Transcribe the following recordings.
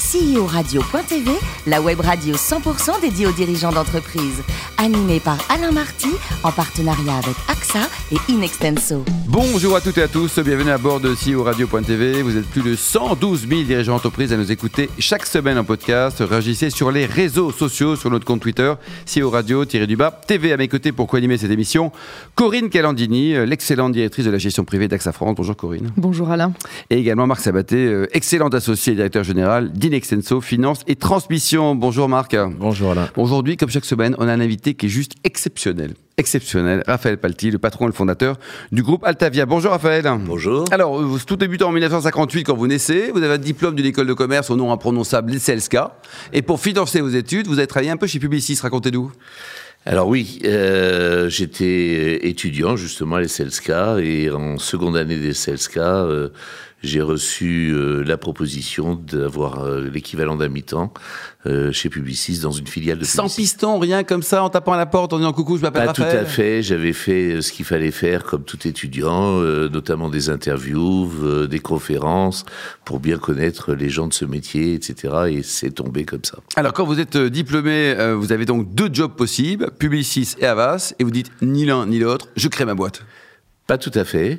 CEOradio.tv, la web radio 100% dédiée aux dirigeants d'entreprise. Animée par Alain Marty, en partenariat avec AXA et Inextenso. Bonjour à toutes et à tous, bienvenue à bord de CEOradio.tv. Vous êtes plus de 112 000 dirigeants d'entreprise à nous écouter chaque semaine en podcast. Réagissez sur les réseaux sociaux, sur notre compte Twitter, CEO-Radio-TV. À mes côtés pour co-animer cette émission, Corinne Calandini, l'excellente directrice de la gestion privée d'AXA France. Bonjour Corinne. Bonjour Alain. Et également Marc Sabaté, excellent associé et directeur général d'Inextenso, Finance et Transmission. Bonjour Marc. Bonjour Alain. Aujourd'hui, comme chaque semaine, on a un invité qui est juste exceptionnel, Raphaël Palti, le patron et le fondateur du groupe Altavia. Bonjour Raphaël. Bonjour. Alors, tout débutant en 1958 quand vous naissez, vous avez un diplôme d'une école de commerce au nom imprononçable, l'ESSELSCA, et pour financer vos études, vous avez travaillé un peu chez Publicis, racontez-nous. Alors oui, j'étais étudiant justement à l'ESSELSCA et en seconde année d'ESSELSCA, j'ai reçu la proposition d'avoir l'équivalent d'un mi-temps chez Publicis dans une filiale de Publicis. Sans piston, rien comme ça, en tapant à la porte, en disant coucou, je m'appelle Raphaël. Tout à fait, j'avais fait ce qu'il fallait faire comme tout étudiant, notamment des interviews, des conférences, pour bien connaître les gens de ce métier, etc. Et c'est tombé comme ça. Alors quand vous êtes diplômé, vous avez donc deux jobs possibles, Publicis et Havas, et vous dites ni l'un ni l'autre, je crée ma boîte. Pas tout à fait.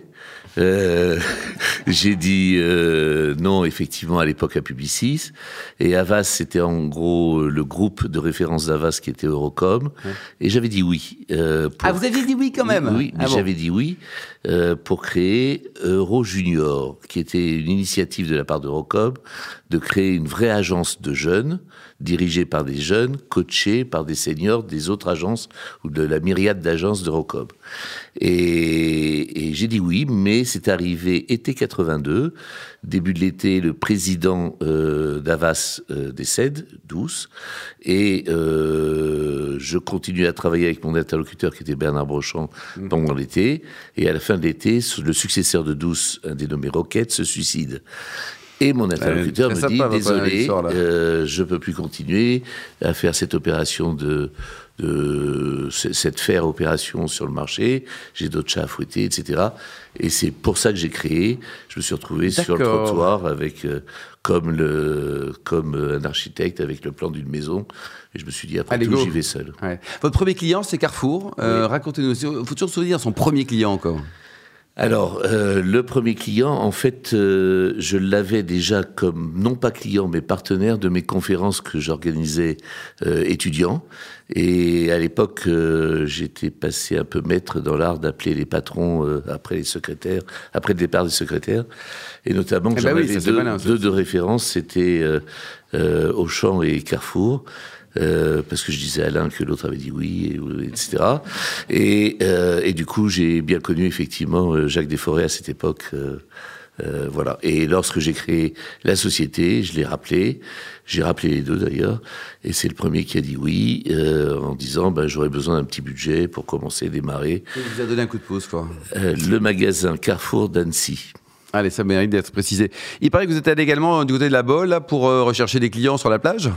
J'ai dit non, effectivement, à l'époque à Publicis. Et Havas, c'était en gros le groupe de référence d'Havas qui était Eurocom. Et j'avais dit oui. Ah, vous aviez dit oui quand même? Oui, mais j'avais dit oui pour créer Euro Junior, qui était une initiative de la part d'Eurocom, de créer une vraie agence de jeunes, dirigée par des jeunes, coachés par des seniors des autres agences ou de la myriade d'agences d'Eurocom. Et j'ai dit oui, mais c'est arrivé été 82. Début de l'été, le président d'Havas décède, Douce, et je continue à travailler avec mon interlocuteur qui était Bernard Brochant pendant l'été, et à la fin de l'été, le successeur de Douce, un dénommé Roquette, se suicide. Et mon interlocuteur me dit, désolé, je peux plus continuer à faire cette opération cette faire opération sur le marché, j'ai d'autres chats à fouetter, etc. Et c'est pour ça que j'ai créé, je me suis retrouvé sur le trottoir avec, comme un architecte avec le plan d'une maison, et je me suis dit, après tout, j'y vais seul. Ouais. Votre premier client, c'est Carrefour. Oui. Racontez-nous, il faut toujours se souvenir son premier client encore. Alors, le premier client, en fait, je l'avais déjà comme, non pas client, mais partenaire de mes conférences que j'organisais étudiants. Et à l'époque, j'étais passé un peu maître dans l'art d'appeler les patrons après le départ des secrétaires. Et notamment, j'en avais deux de référence, c'était Auchan et Carrefour. Parce que je disais à l'un que l'autre avait dit oui, etc. Et du coup, j'ai bien connu effectivement Jacques Desforêts à cette époque. Voilà. Et lorsque j'ai créé la société, je l'ai rappelé. J'ai rappelé les deux d'ailleurs. Et c'est le premier qui a dit oui, en disant j'aurais besoin d'un petit budget pour commencer, démarrer. Il vous a donné un coup de pouce, quoi. Le magasin Carrefour d'Annecy. Allez, ça mérite d'être précisé. Il paraît que vous êtes allé également du côté de la Baule là, pour rechercher des clients sur la plage.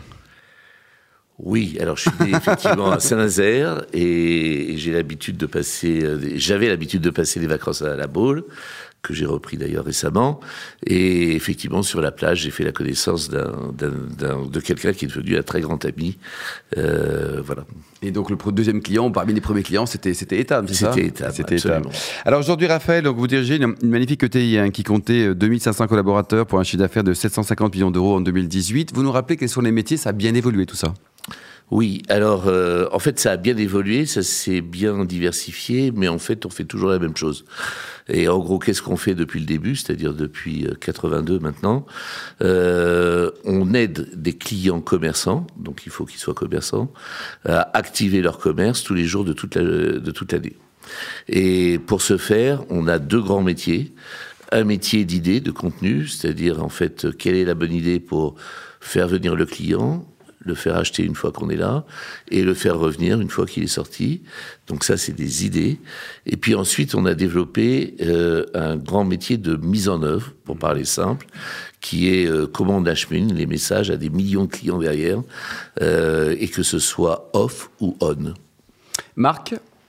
Oui, alors je suis effectivement à Saint-Nazaire et j'avais l'habitude de passer les vacances à la Baule, que j'ai repris d'ailleurs récemment. Et effectivement, sur la plage, j'ai fait la connaissance de quelqu'un qui est devenu un très grand ami. Voilà. Et donc, le deuxième client, parmi les premiers clients, c'était Etam, c'est ça? C'était Etam. Alors aujourd'hui, Raphaël, donc vous dirigez une magnifique ETI qui comptait 2500 collaborateurs pour un chiffre d'affaires de 750 millions d'euros en 2018. Vous nous rappelez quels sont les métiers? Ça a bien évolué tout ça? Oui, alors en fait ça a bien évolué, ça s'est bien diversifié, mais en fait on fait toujours la même chose. Et en gros, qu'est-ce qu'on fait depuis le début, c'est-à-dire depuis 82 maintenant? On aide des clients commerçants, donc il faut qu'ils soient commerçants, à activer leur commerce tous les jours de toute l'année. Et pour ce faire, on a deux grands métiers. Un métier d'idée, de contenu, c'est-à-dire en fait quelle est la bonne idée pour faire venir le client, le faire acheter une fois qu'on est là, et le faire revenir une fois qu'il est sorti. Donc ça, c'est des idées. Et puis ensuite, on a développé un grand métier de mise en œuvre, pour parler simple, qui est comment on achemine les messages à des millions de clients derrière, et que ce soit off ou on. Marc ?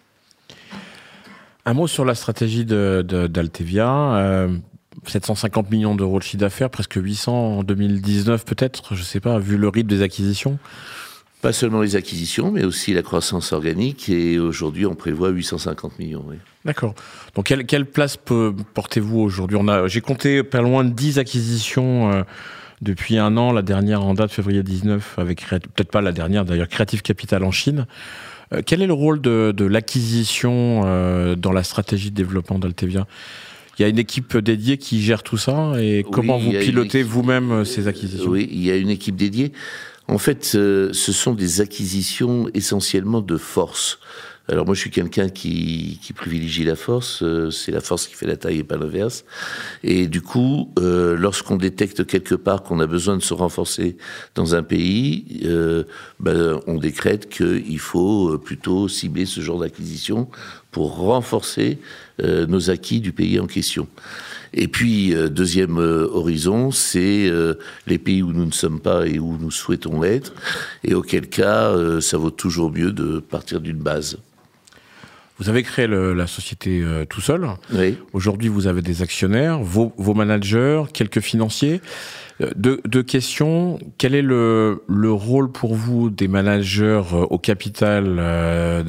Un mot sur la stratégie d'Altavia. 750 millions d'euros de chiffre d'affaires, presque 800 en 2019 peut-être, je ne sais pas, vu le rythme des acquisitions. Pas seulement les acquisitions, mais aussi la croissance organique. Et aujourd'hui, on prévoit 850 millions. Oui. D'accord. Donc, quelle place portez-vous aujourd'hui ? J'ai compté pas loin de 10 acquisitions depuis un an. La dernière en date, février 19, avec peut-être pas la dernière, d'ailleurs, Creative Capital en Chine. Quel est le rôle de l'acquisition dans la stratégie de développement d'Altevia ? Il y a une équipe dédiée qui gère tout ça. Et comment vous pilotez vous-même ces acquisitions ? Oui, il y a une équipe dédiée. En fait, ce sont des acquisitions essentiellement de force. Alors moi, je suis quelqu'un qui privilégie la force. C'est la force qui fait la taille et pas l'inverse. Et du coup, lorsqu'on détecte quelque part qu'on a besoin de se renforcer dans un pays, on décrète qu'il faut plutôt cibler ce genre d'acquisition pour renforcer nos acquis du pays en question. Et puis, deuxième horizon, c'est les pays où nous ne sommes pas et où nous souhaitons être, et auquel cas, ça vaut toujours mieux de partir d'une base. Vous avez créé la société tout seul. Oui. Aujourd'hui, vous avez des actionnaires, vos managers, quelques financiers. Deux questions. Quel est le rôle pour vous des managers au capital d'Altevia ?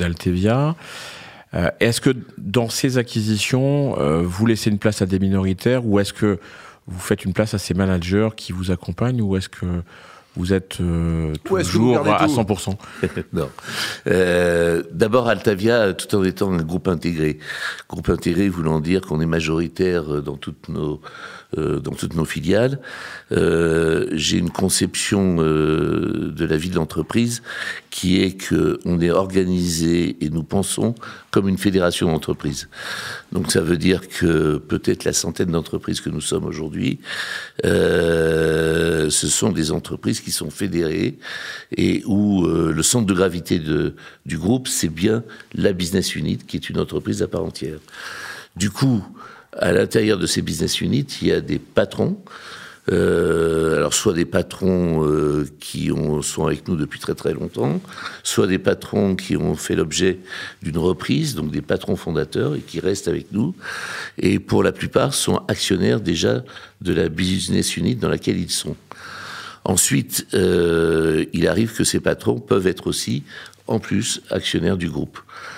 Est-ce que dans ces acquisitions, vous laissez une place à des minoritaires, ou est-ce que vous faites une place à ces managers qui vous accompagnent, ou est-ce que vous êtes toujours à 100% ? Non. D'abord, Altevia, tout en étant un groupe intégré. Groupe intégré voulant dire qu'on est majoritaire dans toutes nos filiales. J'ai une conception de la vie de l'entreprise qui est qu'on est organisé et nous pensons comme une fédération d'entreprises. Donc ça veut dire que peut-être la centaine d'entreprises que nous sommes aujourd'hui, ce sont des entreprises qui sont fédérées et où le centre de gravité du groupe, c'est bien la business unit qui est une entreprise à part entière. Du coup, à l'intérieur de ces business units, il y a des patrons. Alors soit des patrons qui sont avec nous depuis très très longtemps, soit des patrons qui ont fait l'objet d'une reprise, donc des patrons fondateurs et qui restent avec nous, et pour la plupart sont actionnaires déjà de la business unit dans laquelle ils sont. Ensuite, il arrive que ces patrons peuvent être aussi, en plus, actionnaires du groupe.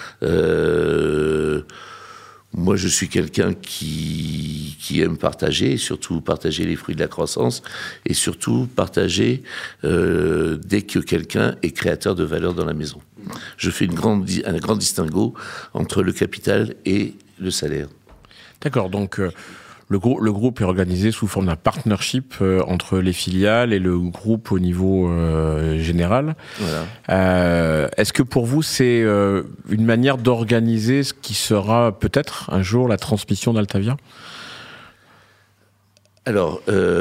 Moi, je suis quelqu'un qui aime partager, et surtout partager les fruits de la croissance, et surtout partager dès que quelqu'un est créateur de valeur dans la maison. Je fais un grand distinguo entre le capital et le salaire. D'accord, donc le groupe est organisé sous forme d'un partnership entre les filiales et le groupe au niveau général. Voilà. Est-ce que pour vous, c'est une manière d'organiser ce qui sera peut-être un jour la transmission d'Altevia ? Alors,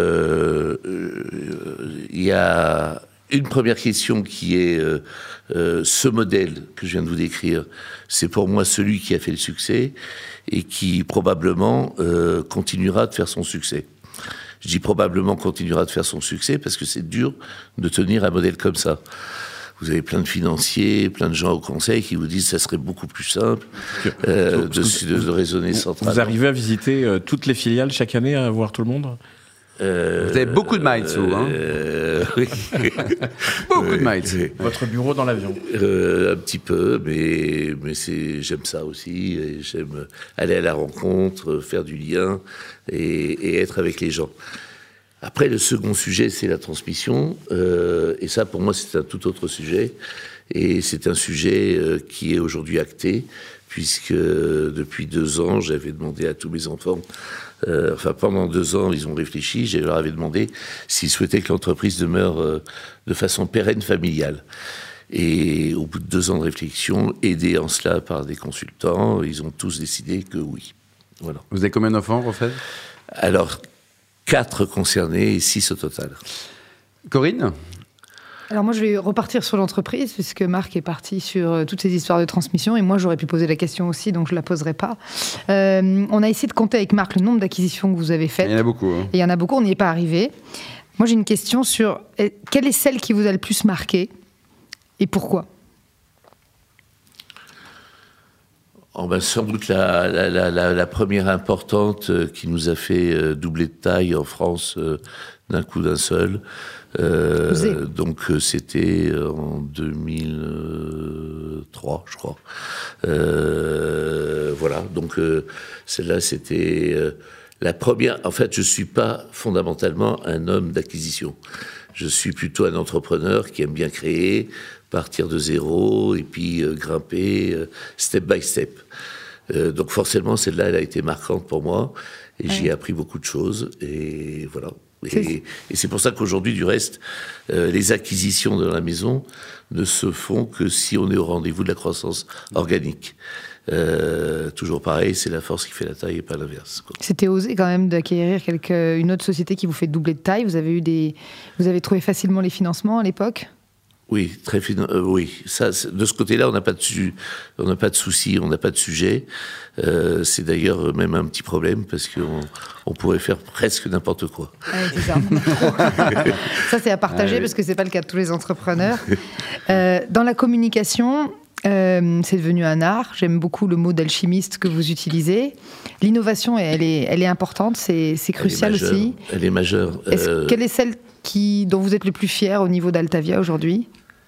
il y a une première question qui est ce modèle que je viens de vous décrire, c'est pour moi celui qui a fait le succès et qui probablement continuera de faire son succès. Je dis probablement continuera de faire son succès parce que c'est dur de tenir un modèle comme ça. Vous avez plein de financiers, plein de gens au conseil qui vous disent que ça serait beaucoup plus simple de raisonner centralement. Vous arrivez à visiter toutes les filiales chaque année, à voir tout le monde ? Vous avez beaucoup de miles, hein. Oui. Beaucoup de miles. Votre bureau dans l'avion. Un petit peu, mais j'aime ça aussi. Et j'aime aller à la rencontre, faire du lien et être avec les gens. Après, le second sujet, c'est la transmission. Et ça, pour moi, c'est un tout autre sujet. Et c'est un sujet qui est aujourd'hui acté, puisque depuis 2 ans, j'avais demandé à tous mes enfants, pendant 2 ans, ils ont réfléchi, je leur avais demandé s'ils souhaitaient que l'entreprise demeure de façon pérenne familiale. Et au bout de 2 ans de réflexion, aidés en cela par des consultants, ils ont tous décidé que oui. Voilà. Vous avez combien d'enfants, Raphaël ? Alors, 4 concernés et 6 au total. Corinne ? Alors moi, je vais repartir sur l'entreprise, puisque Marc est parti sur toutes ces histoires de transmission, et moi, j'aurais pu poser la question aussi, donc je ne la poserai pas. On a essayé de compter avec Marc le nombre d'acquisitions que vous avez faites. Il y en a beaucoup. Hein. Et il y en a beaucoup, on n'y est pas arrivé. Moi, j'ai une question sur quelle est celle qui vous a le plus marqué, et pourquoi ? Sans doute la première importante qui nous a fait doubler de taille en France d'un coup d'un seul. Donc c'était en 2003, je crois. Voilà, donc celle-là c'était la première. En fait, je suis pas fondamentalement un homme d'acquisition. Je suis plutôt un entrepreneur qui aime bien créer, partir de zéro et puis grimper step by step. Donc forcément, celle-là, elle a été marquante pour moi et j'y ai appris beaucoup de choses et voilà. Et c'est pour ça qu'aujourd'hui, du reste, les acquisitions de la maison ne se font que si on est au rendez-vous de la croissance organique. Toujours pareil, c'est la force qui fait la taille et pas l'inverse, quoi. C'était osé quand même d'acquérir une autre société qui vous fait doubler de taille. Vous avez trouvé facilement les financements à l'époque ? Oui, oui. Ça, de ce côté-là, on n'a pas de souci, on n'a pas de sujet. C'est d'ailleurs même un petit problème parce qu'on pourrait faire presque n'importe quoi. Ouais, c'est ça. Ça, c'est à partager parce que c'est pas le cas de tous les entrepreneurs. Dans la communication, c'est devenu un art. J'aime beaucoup le mot d'alchimiste que vous utilisez. L'innovation, elle est importante, c'est crucial aussi. Elle est majeure. Quelle est celle dont vous êtes le plus fier au niveau d'Altavia aujourd'hui ?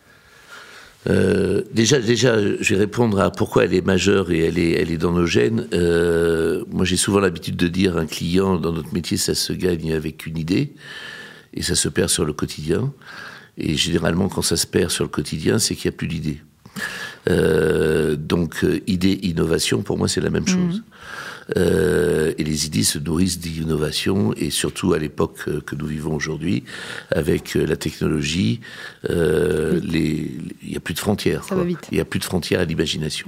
Déjà, je vais répondre à pourquoi elle est majeure et elle est dans nos gènes. Moi, j'ai souvent l'habitude de dire un client, dans notre métier, ça se gagne avec une idée et ça se perd sur le quotidien. Et généralement, quand ça se perd sur le quotidien, c'est qu'il n'y a plus d'idée. Donc, idée, innovation, pour moi, c'est la même chose. Et les idées se nourrissent d'innovation, et surtout à l'époque que nous vivons aujourd'hui, avec la technologie, il n'y a plus de frontières. Ça va vite. Il n'y a plus de frontières à l'imagination.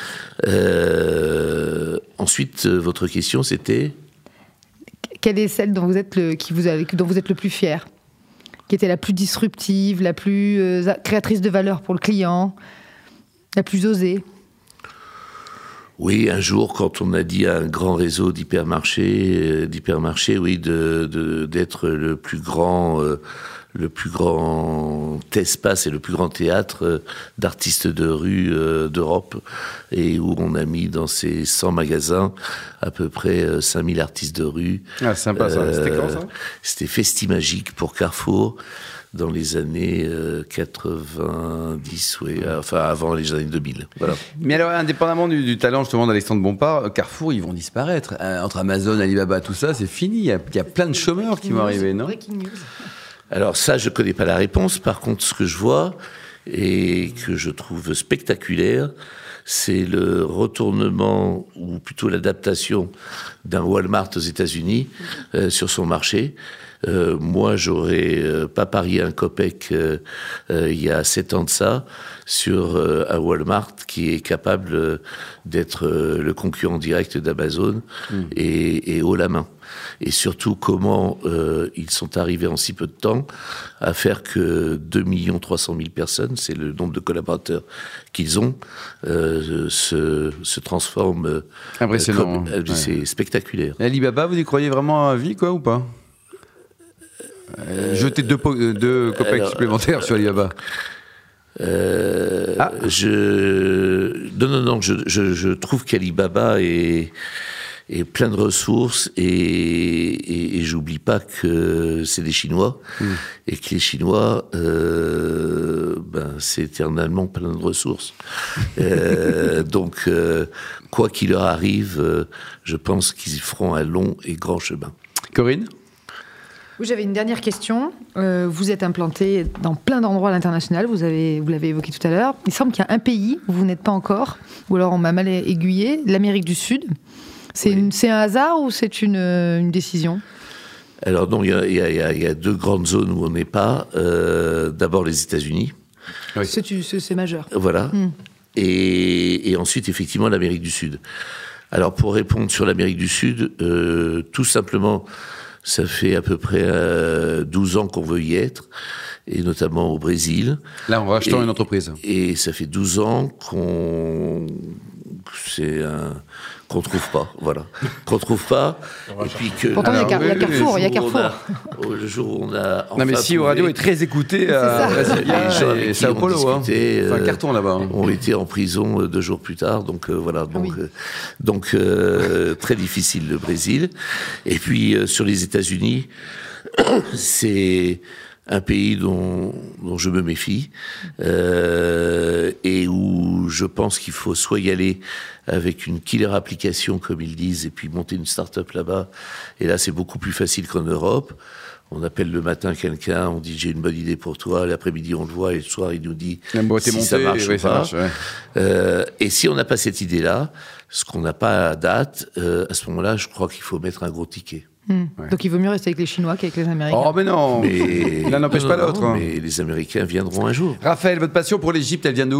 Ensuite, votre question, c'était ? Quelle est celle dont vous êtes le plus fier ? Qui était la plus disruptive, la plus créatrice de valeur pour le client, la plus osée ? Oui, un jour, quand on a dit à un grand réseau d'hypermarchés, oui, d'être le plus grand espace et le plus grand théâtre d'artistes de rue d'Europe, et où on a mis dans ces 100 magasins à peu près 5000 artistes de rue. Ah, sympa ça. C'était quand ça ? C'était Festimagique pour Carrefour. Dans les années 90, oui, enfin avant les années 2000. Voilà. Mais alors, indépendamment du talent justement d'Alexandre Bompard, Carrefour, ils vont disparaître. Entre Amazon, Alibaba, tout ça, c'est fini. Il y a plein de chômeurs qui vont arriver, non ? Alors ça, je ne connais pas la réponse. Par contre, ce que je vois et que je trouve spectaculaire, c'est le retournement, ou plutôt l'adaptation d'un Walmart aux États-Unis sur son marché. Moi, j'aurais pas parié un copec il y a 7 ans de ça sur un Walmart qui est capable d'être le concurrent direct d'Amazon et haut la main. Et surtout, comment ils sont arrivés en si peu de temps à faire que 2 300 000 personnes, c'est le nombre de collaborateurs qu'ils ont, se transforment. Impressionnant. C'est spectaculaire. Et Alibaba, vous y croyez vraiment à vie, quoi, ou pas ? Jeter deux copecs supplémentaires sur Alibaba. Non, je trouve qu'Alibaba est plein de ressources et j'oublie pas que c'est des Chinois et que les Chinois, c'est éternellement plein de ressources. Donc, quoi qu'il leur arrive, je pense qu'ils feront un long et grand chemin. Corinne ? Oui, j'avais une dernière question. Vous êtes implanté dans plein d'endroits à l'international, vous l'avez évoqué tout à l'heure. Il semble qu'il y a un pays où vous n'êtes pas encore, ou alors on m'a mal aiguillé, l'Amérique du Sud. C'est un hasard ou c'est une décision ? Alors non, il y a 2 grandes zones où on n'est pas. D'abord les États-Unis. Oui. C'est majeur. Voilà. Et ensuite, effectivement, l'Amérique du Sud. Alors pour répondre sur l'Amérique du Sud, tout simplement... Ça fait à peu près 12 ans qu'on veut y être, et notamment au Brésil. Là, en rachetant une entreprise. Et ça fait 12 ans c'est qu'on trouve pas, voilà. Qu'on trouve pas. Et puis que. Pourtant, il y a Carrefour, il y a Carrefour. Le jour où on a. Non, mais CEO Radio est très écouté à Brasilia et Sao Paulo. C'est un carton là-bas. On était en prison 2 jours plus tard, donc voilà. Donc, très difficile le Brésil. Et puis, sur les États-Unis, c'est un pays dont je me méfie et où je pense qu'il faut soit y aller avec une killer application comme ils disent et puis monter une start-up là-bas, et là c'est beaucoup plus facile qu'en Europe. On appelle le matin quelqu'un, on dit j'ai une bonne idée pour toi, l'après-midi on le voit et le soir il nous dit si ça marche ou pas. Et si on n'a pas cette idée-là, ce qu'on n'a pas à date, à ce moment-là je crois qu'il faut mettre un gros ticket. Ouais. Donc il vaut mieux rester avec les Chinois qu'avec les Américains. Oh mais non, l'un n'empêche pas l'autre. Mais les Américains viendront un jour. Raphaël, votre passion pour l'Égypte, elle vient d'où ?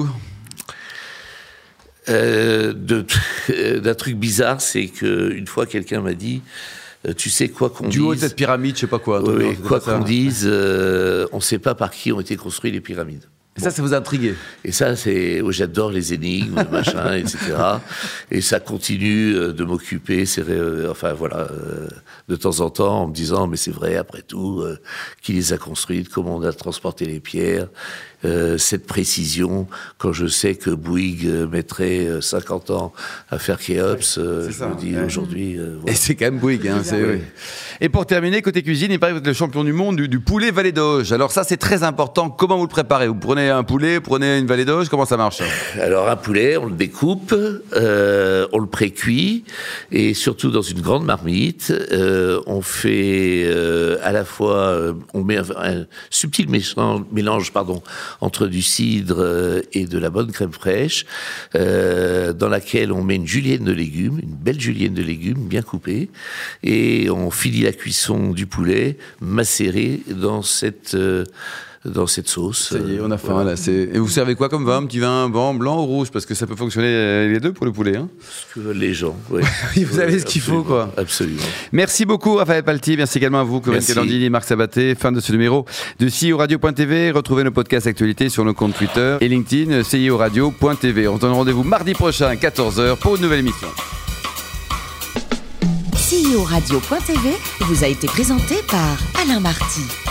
D'un truc bizarre, c'est qu'une fois quelqu'un m'a dit, tu sais quoi qu'on dise... Du haut de cette pyramide, je sais pas quoi. Oui, quoi qu'on dise, on ne sait pas par qui ont été construites les pyramides. Et ça vous a intrigué. Et ça, j'adore les énigmes, machin, etc. Et ça continue de m'occuper, de temps en temps, en me disant, mais c'est vrai, après tout, qui les a construites, comment on a transporté les pierres, cette précision, quand je sais que Bouygues mettrait 50 ans à faire Khéops, je me dis aujourd'hui... Voilà. Et c'est quand même Bouygues. Oui. Et pour terminer, côté cuisine, il paraît que vous êtes le champion du monde du poulet Vallée d'Auge. Alors ça, c'est très important. Comment vous le préparez ? Vous prenez un poulet, prenez une Vallée d'Auge, comment ça marche ? Alors un poulet, on le découpe, on le pré-cuit, et surtout dans une grande marmite, on fait à la fois, on met un subtil mélange entre du cidre et de la bonne crème fraîche, dans laquelle on met une julienne de légumes, une belle julienne de légumes bien coupée, et on finit la cuisson du poulet macéré dans cette sauce. Ça y est, on a faim là. Et vous servez quoi comme vin ? Un petit vin blanc ou rouge ? Parce que ça peut fonctionner les deux pour le poulet. Ce que veulent les gens, oui. Vous avez ce qu'il faut, quoi. Absolument. Merci beaucoup, Raphaël Palti. Merci également à vous, Corinne Calandini, Marc Sabaté. Fin de ce numéro de CIO Radio.tv. Retrouvez nos podcasts actualités sur nos comptes Twitter et LinkedIn, CIO Radio.tv. On se donne rendez-vous mardi prochain à 14h pour une nouvelle émission. CIO Radio.tv vous a été présenté par Alain Marty.